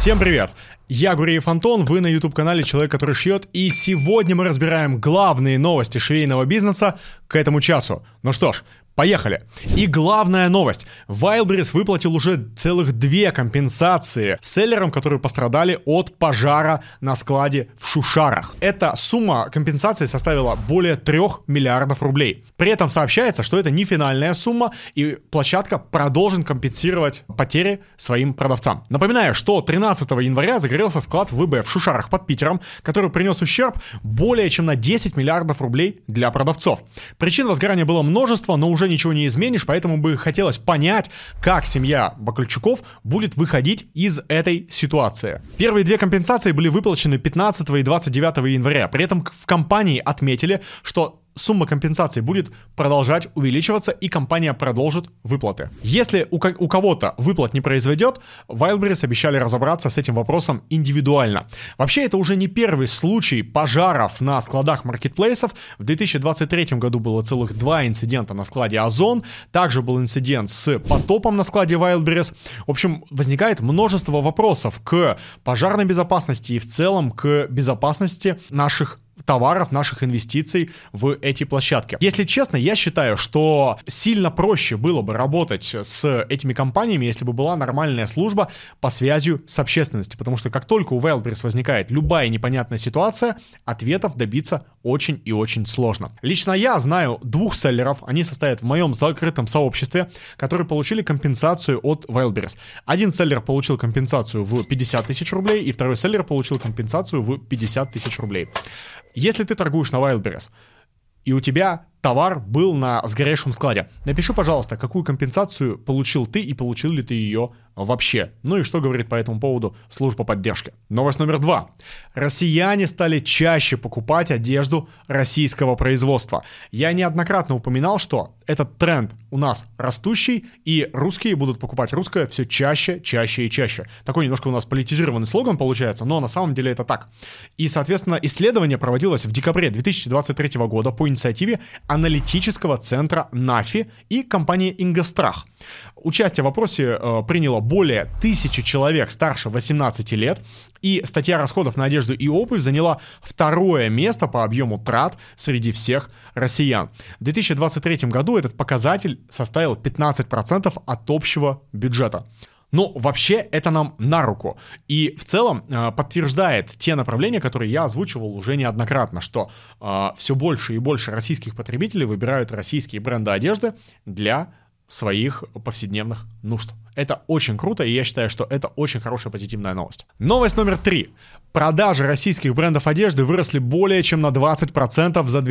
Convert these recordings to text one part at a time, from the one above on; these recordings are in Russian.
Всем привет! Я Гуреев Антон, вы на YouTube-канале «Человек, который шьет», и сегодня мы разбираем главные новости швейного бизнеса к этому часу. Ну что ж, поехали! И главная новость. Wildberries выплатил уже целых 2 компенсации селлерам, которые пострадали от пожара на складе в Шушарах. Эта сумма компенсации составила более 3 миллиардов рублей. При этом сообщается, что это не финальная сумма, и площадка продолжит компенсировать потери своим продавцам. Напоминаю, что 13 января загорелся склад ВБ в Шушарах под Питером, который принес ущерб более чем на 10 миллиардов рублей для продавцов. Причин возгорания было множество, но уже ничего не изменишь, поэтому бы хотелось понять, как семья Бакальчуков будет выходить из этой ситуации. Первые 2 компенсации были выплачены 15 и 29 января. При этом в компании отметили, что сумма компенсации будет продолжать увеличиваться, и компания продолжит выплаты. Если у кого-то выплат не произойдет, Wildberries обещали разобраться с этим вопросом индивидуально. Вообще, это уже не первый случай пожаров на складах маркетплейсов. В 2023 году было целых 2 инцидента на складе Озон. Также был инцидент с потопом на складе Wildberries. В общем, возникает множество вопросов к пожарной безопасности и в целом к безопасности наших товаров, наших инвестиций в эти площадки. Если честно, я считаю, что сильно проще было бы работать с этими компаниями, если бы была нормальная служба по связи с общественностью, потому что как только у Wildberries возникает любая непонятная ситуация, ответов добиться очень и очень сложно. Лично я знаю 2 селлеров, они состоят в моем закрытом сообществе, которые получили компенсацию от Wildberries. Один селлер получил компенсацию в 50 тысяч рублей, и второй селлер получил компенсацию в 50 тысяч рублей. Если ты торгуешь на Wildberries, и у тебя товар был на сгоревшем складе, напиши, пожалуйста, какую компенсацию получил ты и получил ли ты ее вообще. Ну и что говорит по этому поводу служба поддержки. Новость номер 2. Россияне стали чаще покупать одежду российского производства. Я неоднократно упоминал, что этот тренд у нас растущий, и русские будут покупать русское все чаще, чаще и чаще. Такой немножко у нас политизированный слоган получается, но на самом деле это так. И, соответственно, исследование проводилось в декабре 2023 года по инициативе аналитического центра НАФИ и компании Ингострах. Участие в опросе приняло более 1000 человек старше 18 лет, и статья расходов на одежду и обувь заняла 2-е место по объему трат среди всех россиян. В 2023 году этот показатель составил 15% от общего бюджета. Ну, вообще, это нам на руку. И в целом подтверждает те направления, которые я озвучивал уже неоднократно, что все больше и больше российских потребителей выбирают российские бренды одежды для своих повседневных нужд. Это очень круто, и я считаю, что это очень хорошая позитивная новость. Новость номер 3. Продажи российских брендов одежды выросли более чем на 20% за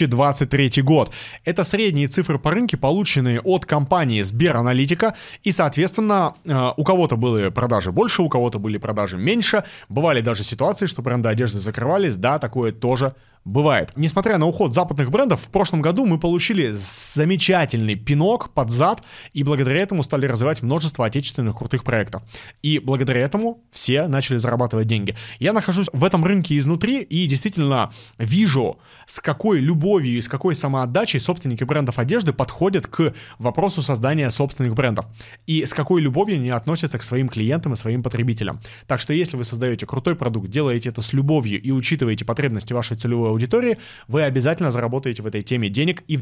2023 год. Это средние цифры по рынку, полученные от компании Сбераналитика, и, соответственно, у кого-то были продажи больше, у кого-то были продажи меньше. Бывали даже ситуации, что бренды одежды закрывались, да, такое тоже бывает. Несмотря на уход западных брендов, в прошлом году мы получили замечательный пинок под зад, и благодаря этому стали развивать множество отечественных крутых проектов. И благодаря этому все начали зарабатывать деньги. Я нахожусь в этом рынке изнутри и действительно вижу, с какой любовью и с какой самоотдачей собственники брендов одежды подходят к вопросу создания собственных брендов. И с какой любовью они относятся к своим клиентам и своим потребителям. Так что если вы создаете крутой продукт, делаете это с любовью и учитываете потребности вашей целевой аудитории, вы обязательно заработаете в этой теме денег и в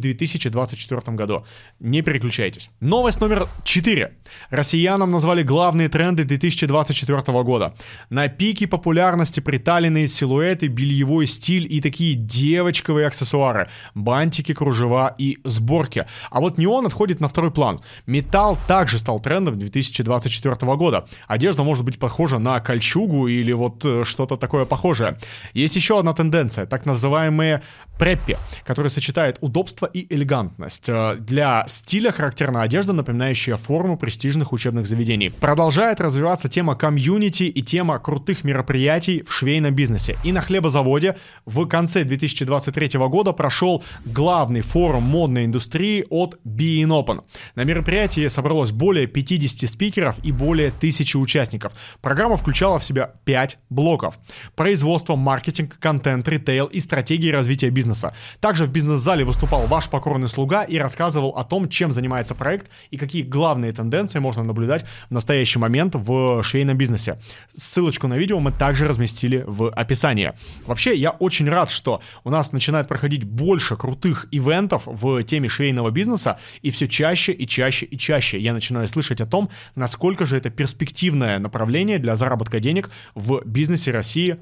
2024 году. Не переключайтесь. Новость номер 4. Россиянам назвали главные тренды 2024 года. На пике популярности приталенные силуэты, бельевой стиль и такие девочковые аксессуары, бантики, кружева и сборки. А вот неон отходит на второй план. Металл также стал трендом 2024 года. Одежда может быть похожа на кольчугу или вот что-то такое похожее. Есть еще одна тенденция, так называемые преппи, который сочетает удобство и элегантность. Для стиля характерна одежда, напоминающая форму престижных учебных заведений. Продолжает развиваться тема комьюнити и тема крутых мероприятий в швейном бизнесе. И на хлебозаводе в конце 2023 года прошел главный форум модной индустрии от Being Open. На мероприятии собралось более 50 спикеров и более 1000 участников. Программа включала в себя 5 блоков: производство, маркетинг, контент, ритейл и стратегия стратегии развития бизнеса. Также в бизнес-зале выступал ваш покорный слуга и рассказывал о том, чем занимается проект и какие главные тенденции можно наблюдать в настоящий момент в швейном бизнесе. Ссылочку на видео мы также разместили в описании. Вообще, я очень рад, что у нас начинает проходить больше крутых ивентов в теме швейного бизнеса, и все чаще и чаще и чаще я начинаю слышать о том, насколько же это перспективное направление для заработка денег в бизнесе России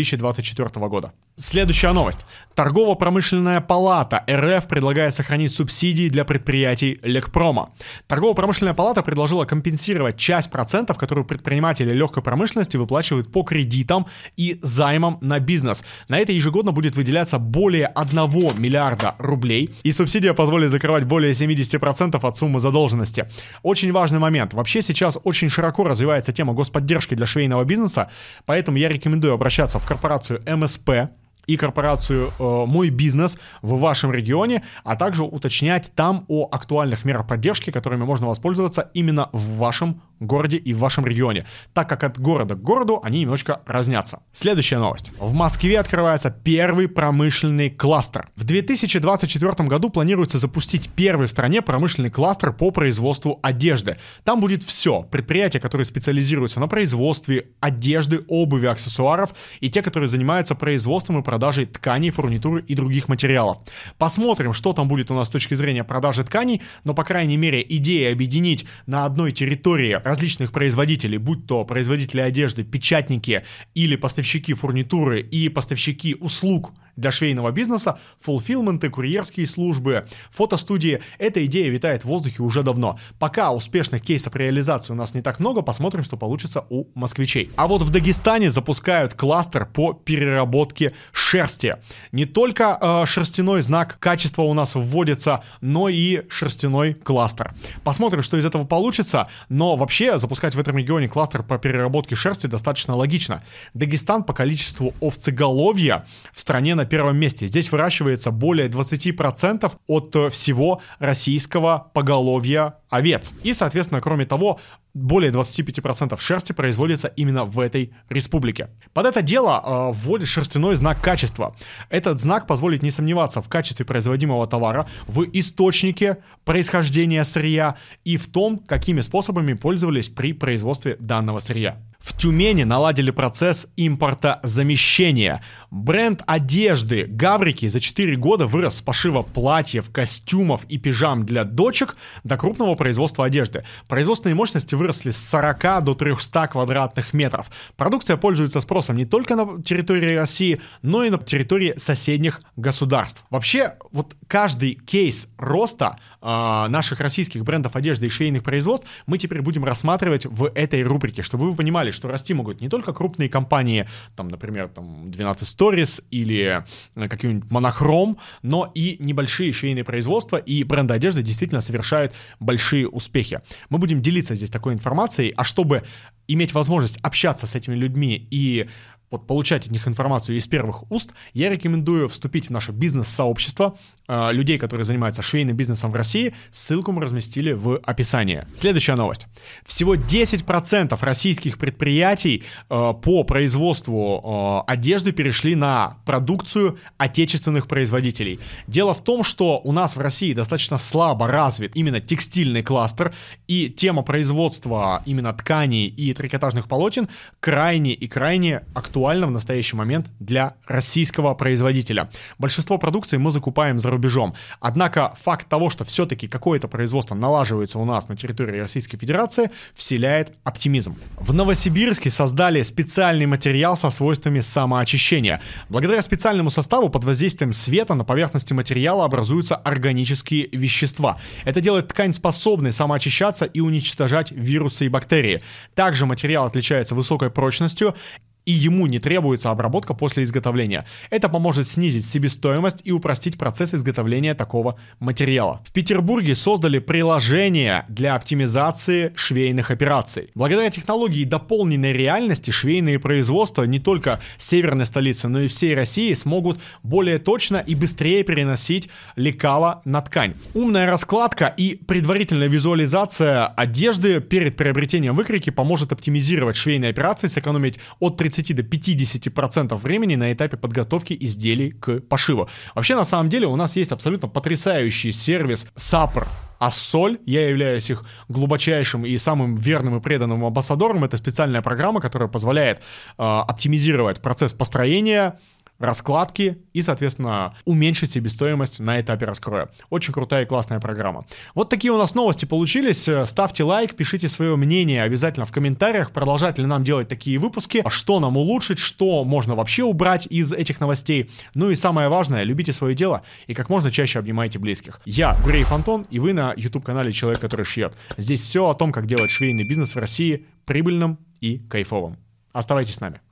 2024 года. Следующая новость. Торгово-промышленная палата РФ предлагает сохранить субсидии для предприятий Лекпрома. Торгово-промышленная палата предложила компенсировать часть процентов, которую предприниматели легкой промышленности выплачивают по кредитам и займам на бизнес. На это ежегодно будет выделяться более 1 миллиарда рублей, и субсидия позволит закрывать более 70% от суммы задолженности. Очень важный момент. Вообще сейчас очень широко развивается тема господдержки для швейного бизнеса, поэтому я рекомендую обращаться в корпорацию МСП и корпорацию «Мой бизнес» в вашем регионе, а также уточнять там о актуальных мерах поддержки, которыми можно воспользоваться именно в вашем городе и в вашем регионе, так как от города к городу они немножко разнятся. Следующая новость. В Москве открывается первый промышленный кластер. В 2024 году планируется запустить первый в стране промышленный кластер по производству одежды. Там будет все. Предприятия, которые специализируются на производстве одежды, обуви, аксессуаров, и те, которые занимаются производством и продажей тканей, фурнитуры и других материалов. Посмотрим, что там будет у нас с точки зрения продажи тканей, но, по крайней мере, идея объединить на одной территории различных производителей, будь то производители одежды, печатники или поставщики фурнитуры и поставщики услуг для швейного бизнеса, фулфилменты, курьерские службы, фотостудии. Эта идея витает в воздухе уже давно. Пока успешных кейсов реализации у нас не так много, посмотрим, что получится у москвичей. А вот в Дагестане запускают кластер по переработке шерсти. Не только шерстяной знак качества у нас вводится, но и шерстяной кластер. Посмотрим, что из этого получится, но вообще запускать в этом регионе кластер по переработке шерсти достаточно логично. Дагестан по количеству овцеголовья в стране на первом месте. Здесь выращивается более 20% от всего российского поголовья овец. И, соответственно, кроме того, более 25% шерсти производится именно в этой республике. Под это дело вводит шерстяной знак качества. Этот знак позволит не сомневаться в качестве производимого товара, в источнике происхождения сырья и в том, какими способами пользовались при производстве данного сырья. В Тюмени наладили процесс импортозамещения. Бренд одежды «Гаврики» за 4 года вырос с пошива платьев, костюмов и пижам для дочек до крупного производства одежды. Производственные мощности выросли с 40 до 300 квадратных метров. Продукция пользуется спросом не только на территории России, но и на территории соседних государств. Вообще, вот каждый кейс роста наших российских брендов одежды и швейных производств мы теперь будем рассматривать в этой рубрике, чтобы вы понимали, что расти могут не только крупные компании, там, например, там 12 Stories или какой-нибудь Монохром, но и небольшие швейные производства и бренды одежды действительно совершают большие успехи. Мы будем делиться здесь такой информацией, а чтобы иметь возможность общаться с этими людьми и вот получать от них информацию из первых уст, я рекомендую вступить в наше бизнес-сообщество людей, которые занимаются швейным бизнесом в России. Ссылку мы разместили в описании. Следующая новость. Всего 10% российских предприятий по производству одежды перешли на продукцию отечественных производителей. Дело в том, что у нас в России достаточно слабо развит именно текстильный кластер, и тема производства именно тканей и трикотажных полотен крайне и крайне актуальна в настоящий момент для российского производителя. Большинство продукции мы закупаем за рубежом. Однако факт того, что все-таки какое-то производство налаживается у нас на территории Российской Федерации, вселяет оптимизм. В Новосибирске создали специальный материал со свойствами самоочищения. Благодаря специальному составу под воздействием света на поверхности материала образуются органические вещества. Это делает ткань способной самоочищаться и уничтожать вирусы и бактерии. Также материал отличается высокой прочностью, и ему не требуется обработка после изготовления. Это поможет снизить себестоимость и упростить процесс изготовления такого материала. В Петербурге создали приложение для оптимизации швейных операций. Благодаря технологии дополненной реальности швейные производства не только северной столицы, но и всей России смогут более точно и быстрее переносить лекала на ткань. Умная раскладка и предварительная визуализация одежды перед приобретением выкройки поможет оптимизировать швейные операции, сэкономить от 30 30 до 50% времени на этапе подготовки изделий к пошиву. Вообще, на самом деле, у нас есть абсолютно потрясающий сервис Sapr Assol. Я являюсь их глубочайшим и самым верным и преданным амбассадором. Это специальная программа, которая позволяет оптимизировать процесс построения, раскладки и, соответственно, уменьшить себестоимость на этапе раскроя. Очень крутая и классная программа. Вот такие у нас новости получились. Ставьте лайк, пишите свое мнение обязательно в комментариях, продолжать ли нам делать такие выпуски, что нам улучшить, что можно вообще убрать из этих новостей. Ну и самое важное, любите свое дело и как можно чаще обнимайте близких. Я Гуреев Антон, и вы на YouTube-канале «Человек, который шьет». Здесь все о том, как делать швейный бизнес в России прибыльным и кайфовым. Оставайтесь с нами.